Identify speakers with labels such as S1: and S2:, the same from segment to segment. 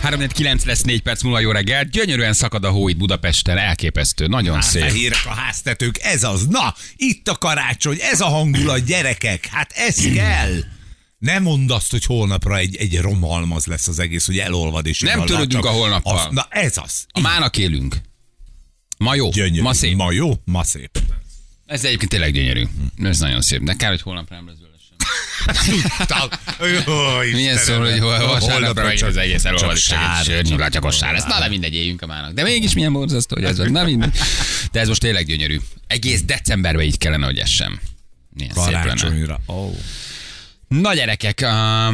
S1: 3-9 lesz 4 perc múlva, jó reggel. Gyönyörűen szakad a hó itt Budapesten, elképesztő, nagyon szép.
S2: Fehérek a háztetők, ez az. Na, itt a karácsony, ez a hangulat, gyerekek. Hát ez kell. Nem mondd azt, hogy holnapra egy romhalmaz lesz az egész, hogy elolvad és...
S1: Nem törődünk a holnappal.
S2: Az, na ez az.
S1: A mának élünk. Ma jó,
S2: Gyönyörű.
S1: ma szép.
S2: Ma jó, ma szép.
S1: Ez egyébként tényleg gyönyörű. Ez nagyon szép. De kár, hogy holnapra nem lesz belőle sem. Milyen szól, hogy vasárnapra megint az egész elolvad, és csak egy sörnyúlatjakos sár lesz. Na, de mindegy, éljünk a mának. De mégis milyen borzasztó, hogy ez van. Na mindegy. De ez most tényleg gyönyörű. Egész decemberben így kellene, hogy essem. Milyen szép lenne.
S2: Karácsonyra. Oh.
S1: Na gyerekek,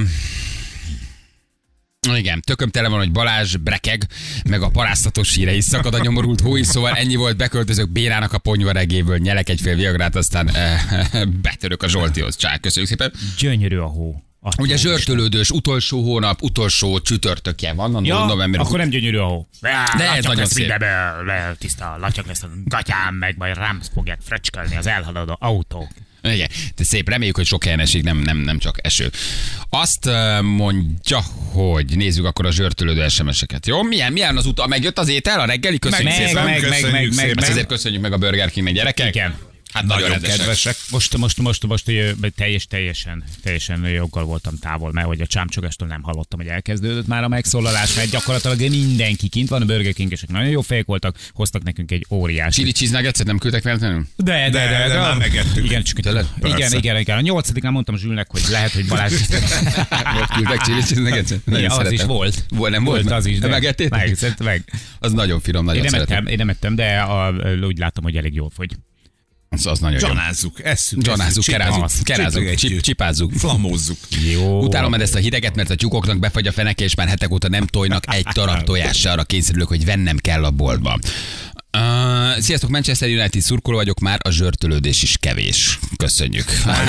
S1: igen, tököm tele van, hogy Balázs brekeg, meg a paráztatós híre is szakad a nyomorult hó is, szóval ennyi volt, beköltözök Bérának a ponyvaregéből, nyelek egy fél viagrát, aztán betörök a Zsoltihoz. Csá, köszönjük szépen.
S3: Gyönyörű a hó.
S1: Ugye zsörtölődős, utolsó hónap, utolsó csütörtökje van,
S3: akkor nem gyönyörű a hó.
S1: De ez nagyon szép.
S3: Tiszta, latyak lesz a gatyám, meg majd rám fogják fröcskelni az elhaladó autók.
S1: Igen, de szép, reméljük, hogy sok helyen esik, nem csak eső. Azt mondja, hogy nézzük akkor a zsörtölődő SMS-eket. Jó, milyen az út? Megjött az étel, a reggeli? Köszönjük szépen.
S3: Meg.
S1: Azt azért köszönjük meg a Burger King-nek, gyerekek.
S3: Igen.
S1: Hát
S2: nagyon kedvesek.
S3: Most teljesen joggal voltam távol, mert hogy a csámcsogástól nem hallottam, hogy elkezdődött már a megszólalás, mert gyakorlatilag mindenki kint van, a Burger King-esek nagyon jó fejek voltak, hoztak nekünk egy óriási.
S1: Chili cheese nuggets-et nem küldtek véletlenül?
S3: De
S2: már megettük.
S3: Igen, csak igen. A 8-án mondtam Zsülnek, hogy lehet, hogy Balázs
S1: Volt küldtek chili cheese nuggets-et?
S3: Az is volt.
S1: Nem volt az is. De
S3: megettétek? Meg.
S1: Az nagyon finom, nagyon szeretem.
S3: Én nem ettem, de úgy látom, hogy elég jól fogy.
S1: Az nagyon jó. Gyanázzuk, kerázzuk, csipázzuk.
S2: Flamózzuk.
S3: Jó.
S1: Utálom ezt a hideget, mert a tyúkoknak befagy a feneke, és már hetek óta nem tojnak egy darab tojással, arra kényszerülök, hogy vennem kell a boltba. Sziasztok, Manchester United szurkoló vagyok, már a zsörtölődés is kevés. Köszönjük.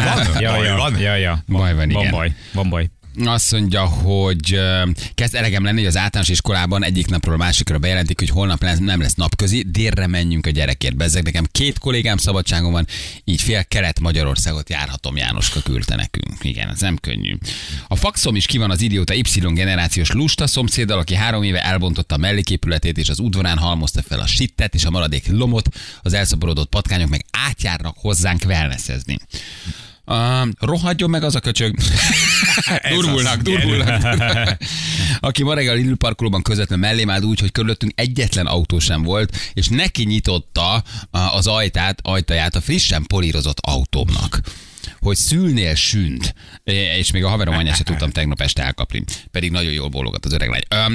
S1: Baj van, igen.
S3: Van baj.
S1: Azt mondja, hogy kezd elegem lenni, hogy az általános iskolában egyik napról a másikra bejelentik, hogy holnap nem lesz napközi, délre menjünk a gyerekért. Bezzeg nekem 2 kollégám szabadságon van, így fél Kelet-Magyarországot járhatom, Jánoska küldte nekünk. Igen, ez nem könnyű. A faxom is ki van az idióta Y generációs lusta szomszéddal, aki 3 éve elbontotta a melléképületét, és az udvarán halmozta fel a sittet és a maradék lomot, az elszaporodott patkányok meg átjárnak hozzánk wellnessezni. Rohadjon meg az a köcsög. Durvulnak. Aki ma reggel a Lidl parkolóban közvetlenül mellém állt úgy, hogy körülöttünk egyetlen autó sem volt, és neki nyitotta az ajtaját a frissen polírozott autómnak. Hogy szülnél sünt, és még a haverom anyját se tudtam tegnap este elkapni. Pedig nagyon jól bólogat az öreg lány.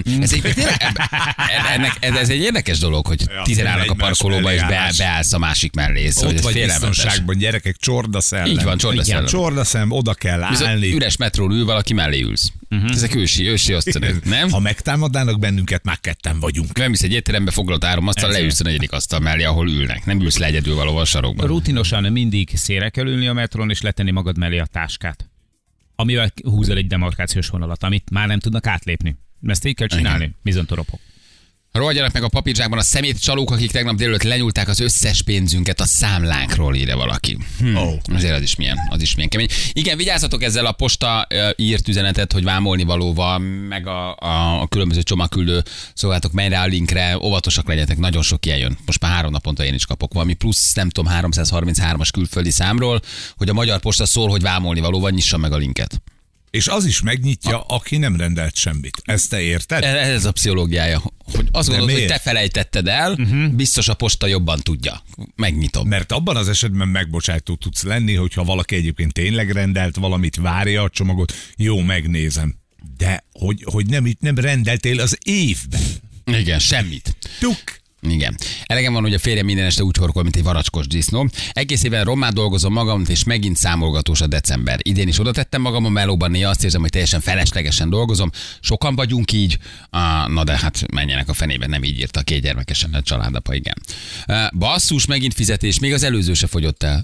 S1: Ez egy érdekes dolog, hogy 10 állnak a parkolóba, és beállsz a másik mellé. Szóval
S2: ott vagy biztonságban, gyerekek, csordaszellem.
S1: Így van,
S2: csordaszellem, oda kell állni.
S1: Üres metrón ül, valaki mellé ülsz. Ezek ősi osztalék, nem?
S2: Ha megtámadnának bennünket, már ketten vagyunk.
S1: Nem hisz, egy étterembe foglalt 3 asztal, leülsz a 4. asztal mellé, ahol ülnek. Nem ülsz le egyedül valahol a sarokban.
S3: Rutinosan mindig szélre kell ülni a metrón, és letenni magad mellé a táskát, amivel húzol egy demarkációs vonalat, amit már nem tudnak átlépni. Ezt így kell csinálni, bizontoropok.
S1: Rohadjanak meg a papírzsákban a szemét csalók, akik tegnap délelőtt lenyúlták az összes pénzünket a számlánkról, írja valaki. Azért az is milyen kemény. Igen, vigyázzatok ezzel, a posta írt üzenetet, hogy vámolni valóval, meg a különböző csomagküldő szolgáltatok, menj a linkre, óvatosak legyetek, nagyon sok ilyen jön. Most már 3 naponta én is kapok valami plusz, nem tudom, 333-as külföldi számról, hogy a magyar posta szól, hogy vámolni valóval, nyissa meg a linket.
S2: És az is megnyitja, aki nem rendelt semmit. Ezt te érted?
S1: Ez a pszichológiája. Hogy azt gondolod, hogy te felejtetted el, biztos a posta jobban tudja. Megnyitom.
S2: Mert abban az esetben megbocsátó tudsz lenni, hogyha valaki egyébként tényleg rendelt valamit, várja a csomagot, jó, megnézem. De hogy nem rendeltél az évben.
S1: Igen, semmit.
S2: Tuk.
S1: Igen. Elegem van, hogy a férjem minden este úgy horkol, mint egy varacskos disznó. Egész évben rommá dolgozom magam, és megint számolgatós a december. Idén is oda tettem magam a melóban, néha azt érzem, hogy teljesen feleslegesen dolgozom. Sokan vagyunk így. Na de hát menjenek a fenébe, nem így írta a 2 gyermekes családapa, igen. Basszus, megint fizetés, még az előző se fogyott el.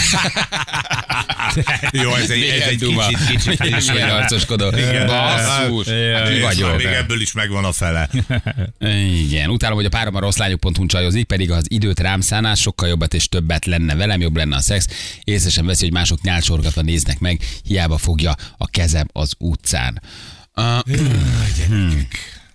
S2: Jó, ez egy kicsit
S1: ilyen arcoskodó. Basszus, hát mi vagyok?
S2: Még ebből is megvan a fele.
S1: Igen, utálom, hogy a párom a rosszlányok.hu csajozik, pedig az időt rám szánás, sokkal jobbat és többet lenne velem, jobb lenne a szex. Észre sem veszi, hogy mások nyálcsorgatva néznek meg, hiába fogja a kezem az utcán.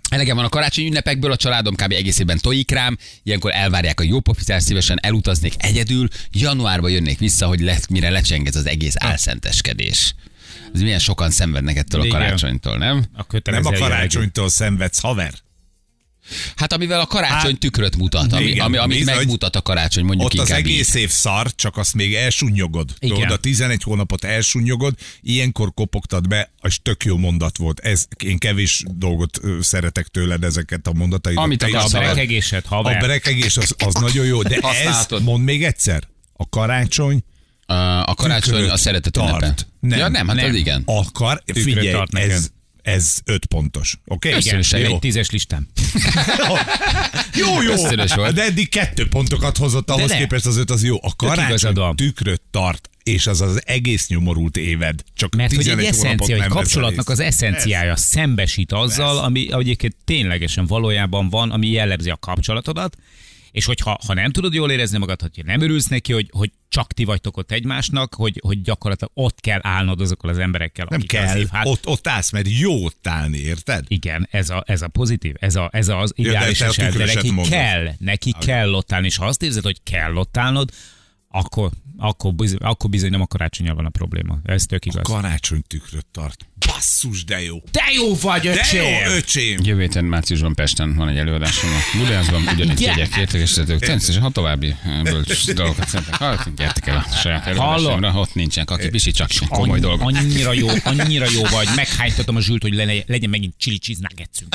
S1: Elegem van a karácsonyi ünnepekből, a családom kb. Egész évben tojik rám, ilyenkor elvárják a jópofizás, szívesen elutaznék egyedül, januárban jönnék vissza, hogy mire lecsengez az egész álszenteskedés. Ez milyen sokan szenvednek ettől a
S3: Igen.
S1: karácsonytól, nem?
S2: Nem a karácsonytól szenvedsz, haver.
S1: Hát amivel a karácsony tükröt mutat, amit
S2: bizony.
S1: megmutat a karácsony, mondjuk
S2: Ott az
S1: inkább
S2: egész
S1: így.
S2: év szar, csak azt még elsúnyogod.
S3: Igen.
S2: Tudod, a 11 hónapot elsúnyogod, ilyenkor kopogtad be, és tök jó mondat volt. Én kevés dolgot szeretek tőled, ezeket a mondataidat.
S1: Amit
S2: Te is
S1: akarsz,
S3: A
S2: szar.
S3: berekegésed,
S2: A
S3: haver.
S2: berekegés az nagyon jó, de ez,
S1: Használhatod.
S2: mondd még egyszer, a karácsony
S1: A karácsony
S2: tükröt
S1: a szeretet
S2: tart.
S1: ünnepe.
S2: Nem,
S1: Ja, nem, hát
S3: nem.
S1: az igen.
S2: figyelj,
S3: tart neked.
S2: ez 5 pontos. Oké?
S3: Igen,
S1: Összesen
S3: egy
S1: jó.
S3: 10-es listám.
S2: Jó,
S1: Ösztönös volt.
S2: de eddig 2 pontokat hozott, ahhoz
S3: ne.
S2: képest az 5 az jó. A
S3: igazad
S2: karácsony
S3: van.
S2: tükröt tart, és az egész nyomorult éved. Csak
S3: Mert hogy egy
S2: 11 hónapot
S3: eszencia, egy
S2: nem veszel
S3: kapcsolatnak az
S2: észre.
S3: eszenciája szembesít azzal, ami egyébként ténylegesen valójában van, ami jellemzi a kapcsolatodat, és hogyha nem tudod jól érezni magad, hogyha nem örülsz neki, hogy csak ti vagytok ott egymásnak, hogy gyakorlatilag ott kell állnod azokkal az emberekkel,
S2: Nem
S3: akik
S2: kell,
S3: azért, hát,
S2: ott állsz, mert jó ott állni, érted?
S3: igen, ez a pozitív, ez az ideális
S2: te a
S3: eset, de
S2: tükröset
S3: neki
S2: mondod.
S3: neki kell ott állni, és ha azt érzed, hogy kell ott állnod, akkor bizony nem a karácsonnyal van a probléma. Ez tök igaz.
S2: Karácsony tükröt tart. Basszus, de jó.
S3: De jó vagy,
S2: De
S3: öcsém!
S2: jó, öcsém.
S1: Jövő héten márciusban Pesten van egy előadásom a Buliászban, ugyanígy
S3: Igen.
S1: jegyek értékesítők. Természetesen, ha további bölcs dolgokat szeretnek hallani, gyertek el a saját előadásomra, ott nincsenek, aki pisi csak komoly dolgok.
S3: Annyira jó vagy. Meghánytatom a Zsült, hogy legyen megint chili cheese nuggetsünk.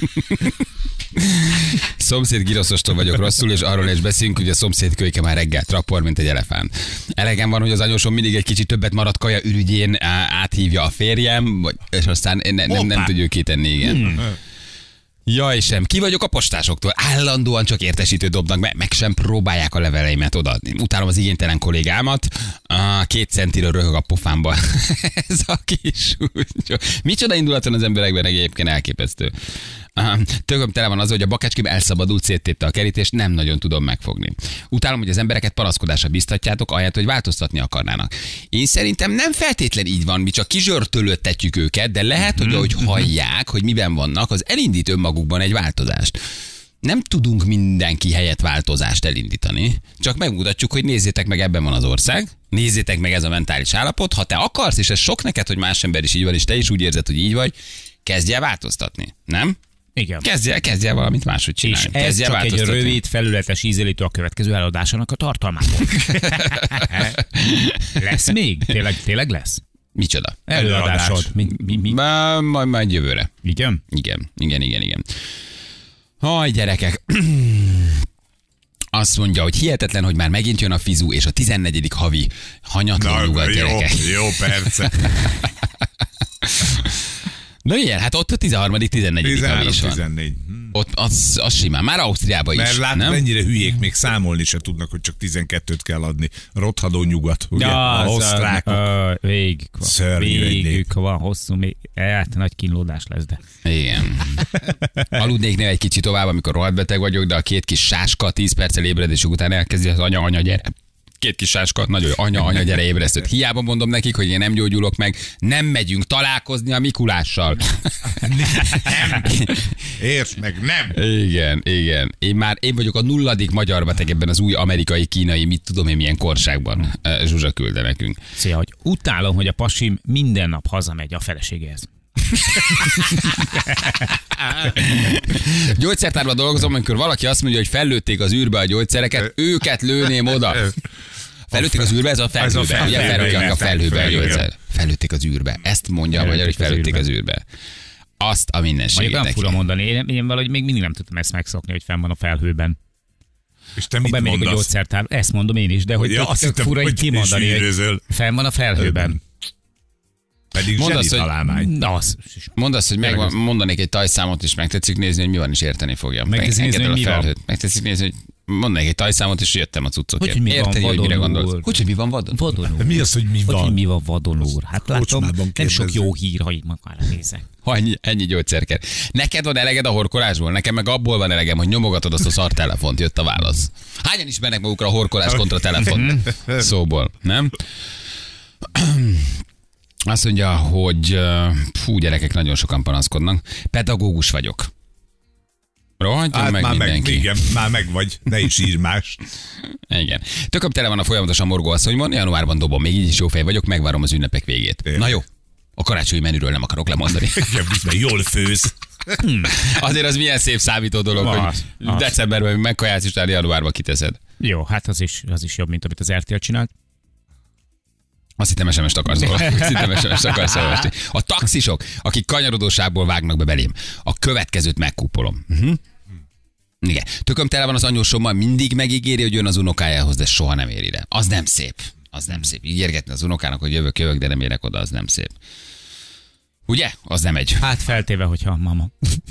S1: Szomszéd giroszostól vagyok rosszul, és arról is beszélünk, hogy a szomszéd kölyke már reggel trapor, mint egy elefánt. Elegem van, hogy az anyósom mindig egy kicsit többet marad kaja ürügyén, áthívja a férjem, és aztán nem tudjuk kitenni, igen. Jaj sem, ki vagyok a postásoktól? Állandóan csak értesítő dobnak be, meg sem próbálják a leveleimet odaadni. Utálom az igénytelen kollégámat, 2 centiről röhög a pofámba. Ez a kis úgyó. Micsoda indulaton az emberekben egyébként elképesztő. Tököm tele van az, hogy a bakácském elszabadult, széttépte a kerítést, nem nagyon tudom megfogni. Utálom, hogy az embereket panaszkodásra biztatjátok, ahelyett, hogy változtatni akarnának. Én szerintem nem feltétlen így van, mi csak kizsörtölődtetjük őket, de lehet, hogy ahogy hallják, hogy miben vannak, az elindít önmagukban egy változást. Nem tudunk mindenki helyett változást elindítani, csak megmutatjuk, hogy nézzétek meg, ebben van az ország, nézzétek meg, ez a mentális állapot, ha te akarsz, és ez sok neked, hogy más ember is így van, és te is úgy érzed, hogy így vagy, kezdj el változtatni, nem?
S3: Igen.
S1: Kezdj el valamit máshogy
S3: És
S1: csinálni.
S3: ez
S1: Kezdj el
S3: csak egy
S1: változtatni.
S3: rövid, felületes ízelítő a következő eladásának a tartalmából. Lesz még? Tényleg lesz?
S1: Micsoda?
S3: Előadásod. Mi?
S1: Majd jövőre.
S3: Igen?
S1: Igen. Haj, gyerekek. Azt mondja, hogy hihetetlen, hogy már megint jön a fizú, és a 14. havi hanyatlan nyugat, gyerekek.
S2: Jó, perce.
S1: Na igen, hát ott a 13. 14. havi is van.
S2: 14.
S1: Ott az simán. Már Ausztriában is,
S2: Mert látod,
S1: nem?
S2: mennyire hülyék, még számolni se tudnak, hogy csak 12-t kell adni. Rothadó nyugat, ugye? A osztrákok.
S3: Végig van.
S2: Szörnyű egy nép.
S3: Végig van, hosszú, hát nagy kínlódás lesz, de.
S1: Igen. Aludnék ne egy kicsit tovább, amikor rohadt beteg vagyok, de a 2 kis sáska 10 perccel ébredésük után elkezdi az anya, gyere. 2 kis sáska, nagyon anya, gyere ébresztőt. Hiába mondom nekik, hogy én nem gyógyulok meg, nem megyünk találkozni a Mikulással.
S2: Nem. Értsd meg, nem.
S1: Igen. Én vagyok a 0. magyar beteg ebben az új amerikai, kínai, mit tudom én milyen korságban. Zsuzsa küldte nekünk.
S3: Szia, hogy utálom, hogy a pasim minden nap hazamegy a feleségéhez.
S1: Gyógyszertárban dolgozom, amikor valaki azt mondja, hogy fellőtték az űrbe a gyógyszereket, őket lőném oda. Fellőtték az űrbe, ez a felhőbe. Ugye felhőtték a felhőbe a gyógyszer. Fellőtték az űrbe. Ezt mondja a magyar, hogy fellőtték az űrbe. Azt a minden
S3: Mondjuk
S1: segít
S3: nem fura
S1: neki.
S3: mondani, én valahogy még mindig nem tudtam ezt megszokni, hogy fenn van a felhőben.
S2: És te
S3: Ha
S2: mit
S3: bemegyek a
S2: mondasz?
S3: gyógyszertár, ezt mondom én is, de hogy
S2: Ja,
S3: tök
S2: azt hittem,
S3: fura így
S2: hogy
S3: kimondani, hogy
S2: sűrűzöl.
S3: fenn van a felhőben.
S2: Pedig
S1: Mondd
S2: zseni
S1: azt, hogy-
S2: találmány.
S3: Na, az.
S1: Mondd azt, hogy mondanék egy tajszámot, és megtetszik nézni, hogy mi van, és érteni fogja.
S3: Megtetszik nézni,
S1: Engedd el
S3: hogy
S1: a
S3: mi van.
S1: felhőt. Megtetszik nézni, hogy mondanék egy tajszámot, és jöttem a cuccokért.
S3: Hogy mi van,
S1: Érteni, hogy mire
S3: vadon
S1: gondolsz.
S3: úr?
S1: Hogy mi van vadon?
S3: Vadon úr.
S2: Mi az, hogy mi
S3: Hogy
S2: van?
S3: mi van vadon úr? Hát látom,
S2: kocsmában
S3: nem sok
S2: kérdezzük.
S3: jó hír, ha így magára nézek.
S1: Ha ennyi gyógyszer kell. Neked van eleged a horkolásból? Nekem meg abból van elegem, hogy nyomogatod azt a szar telefont, jött a válasz. Hányan ismernek magukra a horkolás kontra telefon szóból, nem? Azt mondja, hogy fú, gyerekek, nagyon sokan panaszkodnak. Pedagógus vagyok. Rohadjon
S2: Hát
S1: meg
S2: már
S1: mindenki.
S2: igen, már meg vagy, ne is írj más.
S1: Igen. Tököm tele van a folyamatosan morgó asszonymon, januárban dobom, még így is jó fej vagyok, megvárom az ünnepek végét.
S2: Tényleg.
S1: Na jó, a karácsonyi menüről nem akarok lemondani.
S2: Igen, mert jól főz.
S1: Azért az milyen szép számító dolog, hogy
S3: Az.
S1: decemberben megkajálsz, és januárban kiteszed.
S3: Jó, hát az is jobb, mint amit az RTL csinált.
S1: Azt hittem SMS-t akarsz olvasni. Azt hittem SMS-t akarsz olvasni. A taxisok, akik kanyarodóságból vágnak be belém, a következőt megkúpolom. Igen. Tököm tele van az anyósommal, mindig megígéri, hogy jön az unokájához, de soha nem ér ide. Az nem szép. Az nem szép. Ígérgetni az unokának, hogy jövök, de nem érek oda, az nem szép. Ugye? Az nem egy.
S3: Hát feltéve, hogyha mama.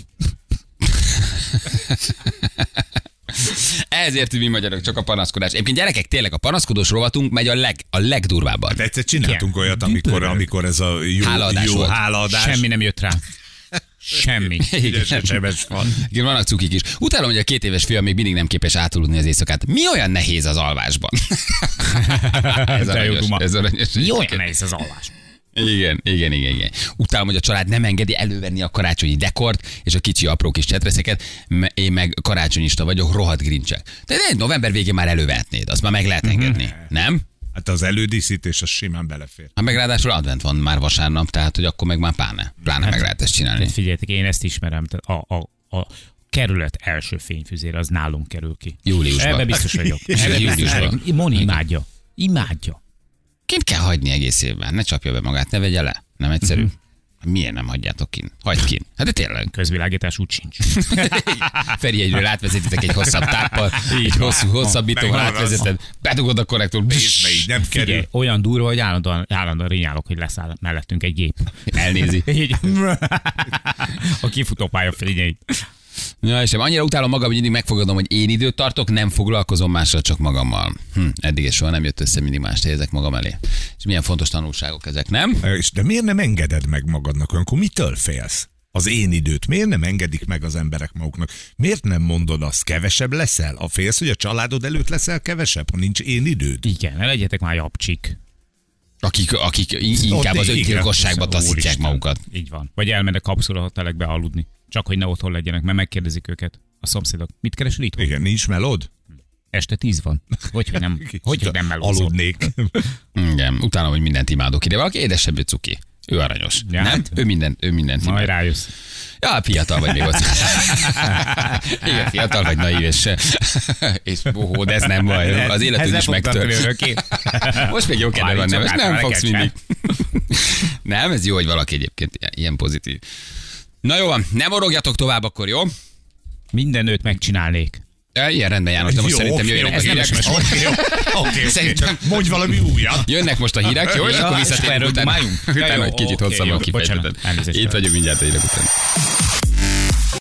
S1: Ezért mi magyarok csak a panaszkodás. Egyébként gyerekek, tényleg a panaszkodós rovatunk megy a legdurvábban.
S2: De egyszer csináltunk
S3: Igen.
S2: olyat, amikor ez a
S1: Hálaadás
S2: jó
S1: volt.
S2: hálaadás.
S3: Semmi nem jött rá. Semmi.
S2: Ügyesen sebes van.
S1: Igen, vannak cukik is. Utálom, hogy a 2 éves fiam még mindig nem képes átuludni az éjszakát. Mi olyan nehéz az alvásban? ez
S3: De jó
S1: aranyos.
S3: duma.
S1: Ez aranyos.
S3: Jó, olyan nehéz az alvás.
S1: Igen. Utálom, hogy a család nem engedi elővenni a karácsonyi dekort és a kicsi apró kis csetreszeket. Én meg karácsonyista vagyok, rohadt grincsek. De november végén már elővehetnéd, azt már meg lehet engedni. Nem?
S2: Hát az elődíszítés az simán belefér.
S1: Hát meg ráadásul advent van már vasárnap, tehát hogy akkor meg már pláne meg lehet ezt csinálni.
S3: Tehát figyeljetek, én ezt ismerem. Tehát a kerület első fényfüzére az nálunk kerül ki.
S1: Júliusban.
S3: Ebben biztos vagyok. Ebben biztos
S1: Júliusban.
S3: vagyok. Moni imádja.
S1: Kint kell hagyni egész évben, ne csapja be magát, ne vegye le. Nem egyszerű. Miért nem hagyjátok kint? Hagyd kint. Hát de tényleg.
S3: Közvilágítás úgy sincs.
S1: Feri egyről átvezetitek egy hosszabb táppal, egy hosszabbítóval
S2: Meg
S1: átvezeted, bedugod a korrektor,
S2: Pénzbe így nem kerül.
S3: Figyelj, olyan durva, hogy állandóan rinyálok, hogy leszáll mellettünk egy gép.
S1: elnézi.
S3: Így. A kifutópálya fényei.
S1: Ja, és annyira utálom magam, hogy mindig megfogadom, hogy én időt tartok, nem foglalkozom mással, csak magammal. Eddig is soha nem jött össze, mindig mást helyezek magam elé. És milyen fontos tanulságok ezek, nem?
S2: De miért nem engeded meg magadnak olyankor? Mitől félsz? Az én időt miért nem engedik meg az emberek maguknak? Miért nem mondod azt, kevesebb leszel? A félsz, hogy a családod előtt leszel kevesebb, ha nincs én időd?
S3: Igen, ne legyetek már japcsik.
S1: Akik inkább az öngyilkosságba taszítják
S3: Úristen.
S1: magukat.
S3: Így van. Vagy elmennek kapszulahotelekbe aludni. Csak hogy ne otthon legyenek, mert megkérdezik őket a szomszédok. Mit keresel itt?
S2: Igen, nincs melód?
S3: Este 10 van. Hogy nem melózol.
S2: Aludnék.
S1: Igen, utálom, hogy mindent imádok ide. Valaki édesebb cuki. Ő aranyos.
S3: Ja,
S1: Nem?
S3: hát.
S1: Ő mindent
S3: Majd
S1: imád.
S3: rájössz.
S1: Ja, fiatal vagy még ott. Igen, fiatal vagy naív, és bohó, de ez nem baj. Az életed is megtört. Most még jó kedve van, nem? Ezt nem fogsz mindig. Nem, ez jó, hogy valaki egyébként ilyen pozitív. Na jó van, nem orogjatok tovább akkor, jó?
S3: Minden nőt megcsinálnék.
S1: Ilyen rendben, János, de most szerintem jöjjenek a hírek.
S2: Oké.
S1: Szerintem-
S2: Mondj valami újat.
S1: Jönnek most a hírek, jó? És
S3: Ja,
S1: akkor
S3: és
S1: visszatérünk
S3: erről
S1: utána.
S3: dumáljunk? Ja,
S1: Utána
S3: jó,
S1: egy kicsit
S3: oké,
S1: hosszabban
S3: jó,
S1: kifejteted.
S3: bocsánat, elnézést.
S1: Itt vagyunk mindjárt a hírek után.